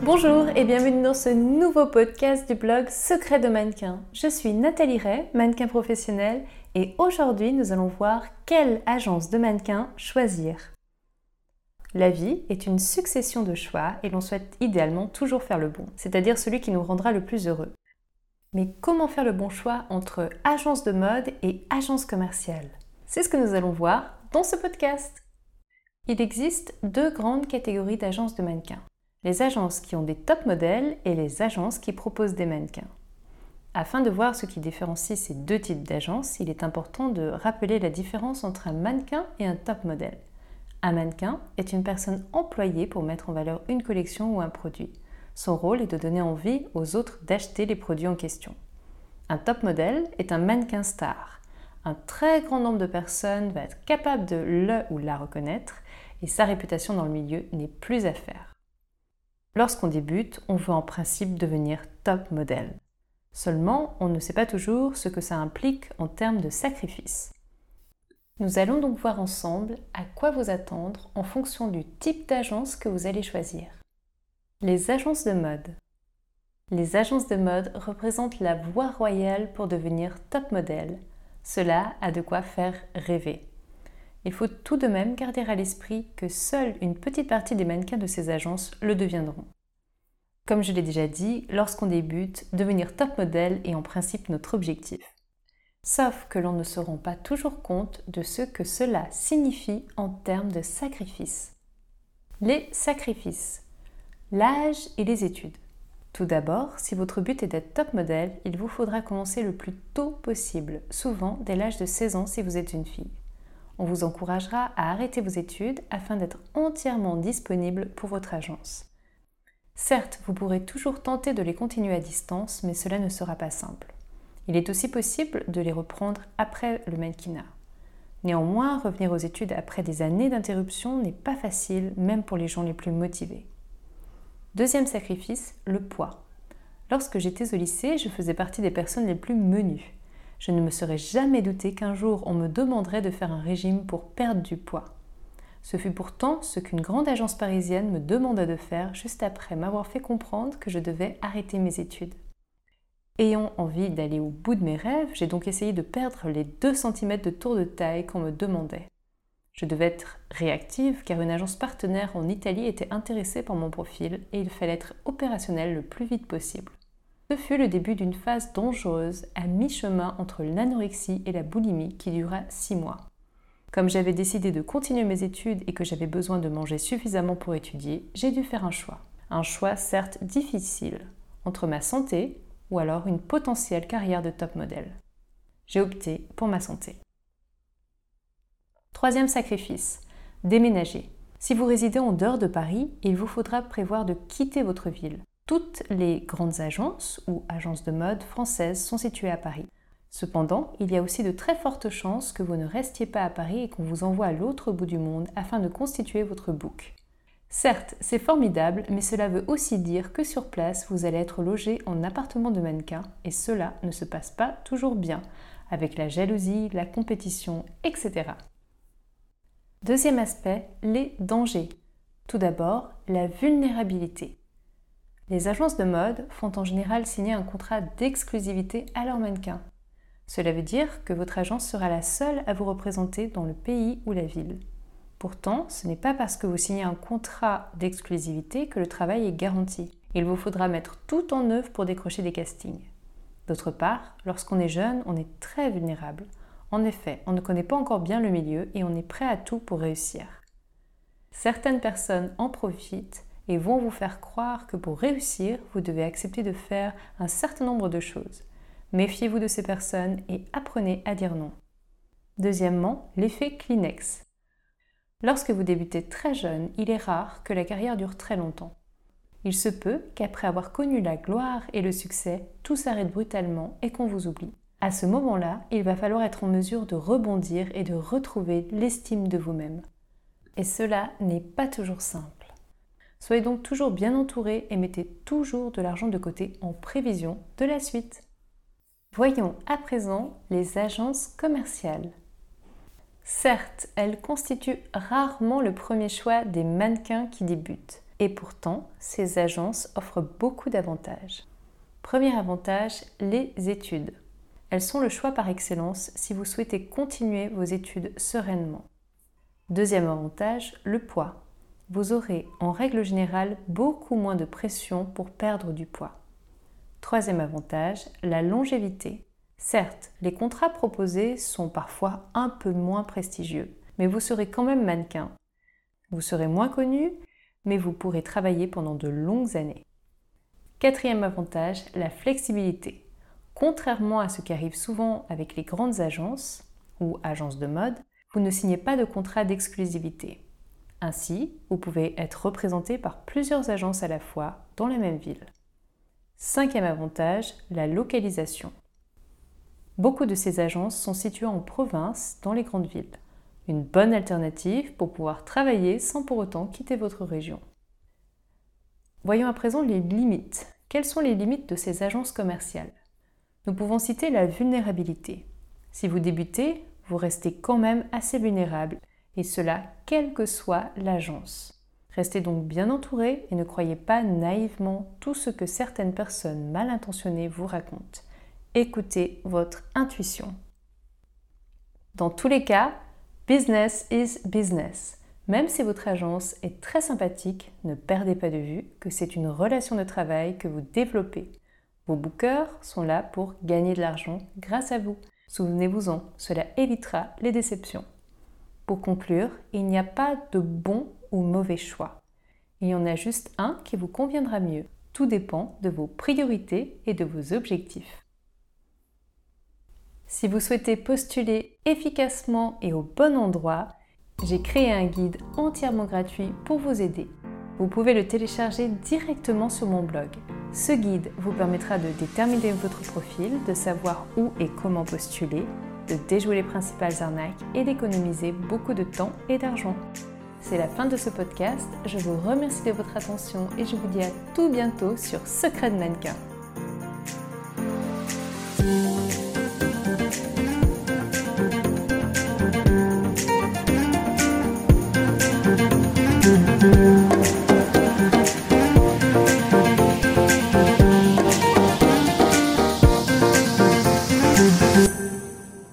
Bonjour et bienvenue dans ce nouveau podcast du blog Secrets de mannequin. Je suis Nathalie Ray, mannequin professionnelle, et aujourd'hui nous allons voir quelle agence de mannequin choisir. La vie est une succession de choix et l'on souhaite idéalement toujours faire le bon, c'est-à-dire celui qui nous rendra le plus heureux. Mais comment faire le bon choix entre agence de mode et agence commerciale? C'est ce que nous allons voir dans ce podcast. Il existe deux grandes catégories d'agences de mannequins. Les agences qui ont des top modèles et les agences qui proposent des mannequins. Afin de voir ce qui différencie ces deux types d'agences, il est important de rappeler la différence entre un mannequin et un top modèle. Un mannequin est une personne employée pour mettre en valeur une collection ou un produit. Son rôle est de donner envie aux autres d'acheter les produits en question. Un top modèle est un mannequin star. Un très grand nombre de personnes va être capable de le ou la reconnaître et sa réputation dans le milieu n'est plus à faire. Lorsqu'on débute, on veut en principe devenir top modèle. Seulement, on ne sait pas toujours ce que ça implique en termes de sacrifices. Nous allons donc voir ensemble à quoi vous attendre en fonction du type d'agence que vous allez choisir. Les agences de mode. Les agences de mode représentent la voie royale pour devenir top modèle. Cela a de quoi faire rêver. Il faut tout de même garder à l'esprit que seule une petite partie des mannequins de ces agences le deviendront. Comme je l'ai déjà dit, lorsqu'on débute, devenir top modèle est en principe notre objectif. Sauf que l'on ne se rend pas toujours compte de ce que cela signifie en termes de sacrifices. Les sacrifices. L'âge et les études. Tout d'abord, si votre but est d'être top modèle, il vous faudra commencer le plus tôt possible, souvent dès l'âge de 16 ans si vous êtes une fille. On vous encouragera à arrêter vos études afin d'être entièrement disponible pour votre agence. Certes, vous pourrez toujours tenter de les continuer à distance, mais cela ne sera pas simple. Il est aussi possible de les reprendre après le mannequinat. Néanmoins, revenir aux études après des années d'interruption n'est pas facile, même pour les gens les plus motivés. Deuxième sacrifice, le poids. Lorsque j'étais au lycée, je faisais partie des personnes les plus menues. Je ne me serais jamais douté qu'un jour on me demanderait de faire un régime pour perdre du poids. Ce fut pourtant ce qu'une grande agence parisienne me demanda de faire juste après m'avoir fait comprendre que je devais arrêter mes études. Ayant envie d'aller au bout de mes rêves, j'ai donc essayé de perdre les 2 cm de tour de taille qu'on me demandait. Je devais être réactive car une agence partenaire en Italie était intéressée par mon profil et il fallait être opérationnel le plus vite possible. Ce fut le début d'une phase dangereuse à mi-chemin entre l'anorexie et la boulimie qui dura 6 mois. Comme j'avais décidé de continuer mes études et que j'avais besoin de manger suffisamment pour étudier, j'ai dû faire un choix. Un choix certes difficile, entre ma santé ou alors une potentielle carrière de top modèle. J'ai opté pour ma santé. Troisième sacrifice, déménager. Si vous résidez en dehors de Paris, il vous faudra prévoir de quitter votre ville. Toutes les grandes agences ou agences de mode françaises sont situées à Paris. Cependant, il y a aussi de très fortes chances que vous ne restiez pas à Paris et qu'on vous envoie à l'autre bout du monde afin de constituer votre book. Certes, c'est formidable, mais cela veut aussi dire que sur place, vous allez être logé en appartement de mannequin et cela ne se passe pas toujours bien, avec la jalousie, la compétition, etc. Deuxième aspect, les dangers. Tout d'abord, la vulnérabilité. Les agences de mode font en général signer un contrat d'exclusivité à leurs mannequins. Cela veut dire que votre agence sera la seule à vous représenter dans le pays ou la ville. Pourtant, ce n'est pas parce que vous signez un contrat d'exclusivité que le travail est garanti. Il vous faudra mettre tout en œuvre pour décrocher des castings. D'autre part, lorsqu'on est jeune, on est très vulnérable. En effet, on ne connaît pas encore bien le milieu et on est prêt à tout pour réussir. Certaines personnes en profitent et vont vous faire croire que pour réussir, vous devez accepter de faire un certain nombre de choses. Méfiez-vous de ces personnes et apprenez à dire non. Deuxièmement, l'effet Kleenex. Lorsque vous débutez très jeune, il est rare que la carrière dure très longtemps. Il se peut qu'après avoir connu la gloire et le succès, tout s'arrête brutalement et qu'on vous oublie. À ce moment-là, il va falloir être en mesure de rebondir et de retrouver l'estime de vous-même. Et cela n'est pas toujours simple. Soyez donc toujours bien entouré et mettez toujours de l'argent de côté en prévision de la suite. Voyons à présent les agences commerciales. Certes, elles constituent rarement le premier choix des mannequins qui débutent, Et pourtant, ces agences offrent beaucoup d'avantages. Premier avantage, les études. Elles sont le choix par excellence si vous souhaitez continuer vos études sereinement. Deuxième avantage, le poids. Vous aurez en règle générale beaucoup moins de pression pour perdre du poids. Troisième avantage, la longévité. Certes, les contrats proposés sont parfois un peu moins prestigieux, mais vous serez quand même mannequin. Vous serez moins connu, mais vous pourrez travailler pendant de longues années. Quatrième avantage, la flexibilité. Contrairement à ce qui arrive souvent avec les grandes agences ou agences de mode, vous ne signez pas de contrat d'exclusivité. Ainsi, vous pouvez être représenté par plusieurs agences à la fois dans la même ville. Cinquième avantage, la localisation. Beaucoup de ces agences sont situées en province, dans les grandes villes. Une bonne alternative pour pouvoir travailler sans pour autant quitter votre région. Voyons à présent les limites. Quelles sont les limites de ces agences commerciales ? Nous pouvons citer la vulnérabilité. Si vous débutez, vous restez quand même assez vulnérable, et cela quelle que soit l'agence. Restez donc bien entouré et ne croyez pas naïvement tout ce que certaines personnes mal intentionnées vous racontent. Écoutez votre intuition. Dans tous les cas, business is business. Même si votre agence est très sympathique, ne perdez pas de vue que c'est une relation de travail que vous développez. Vos bookers sont là pour gagner de l'argent grâce à vous. Souvenez-vous-en, cela évitera les déceptions. Pour conclure, il n'y a pas de bon ou mauvais choix. Il y en a juste un qui vous conviendra mieux. Tout dépend de vos priorités et de vos objectifs. Si vous souhaitez postuler efficacement et au bon endroit, j'ai créé un guide entièrement gratuit pour vous aider. Vous pouvez le télécharger directement sur mon blog. Ce guide vous permettra de déterminer votre profil, de savoir où et comment postuler, de déjouer les principales arnaques et d'économiser beaucoup de temps et d'argent. C'est la fin de ce podcast. Je vous remercie de votre attention et je vous dis à tout bientôt sur Secret de Mannequin.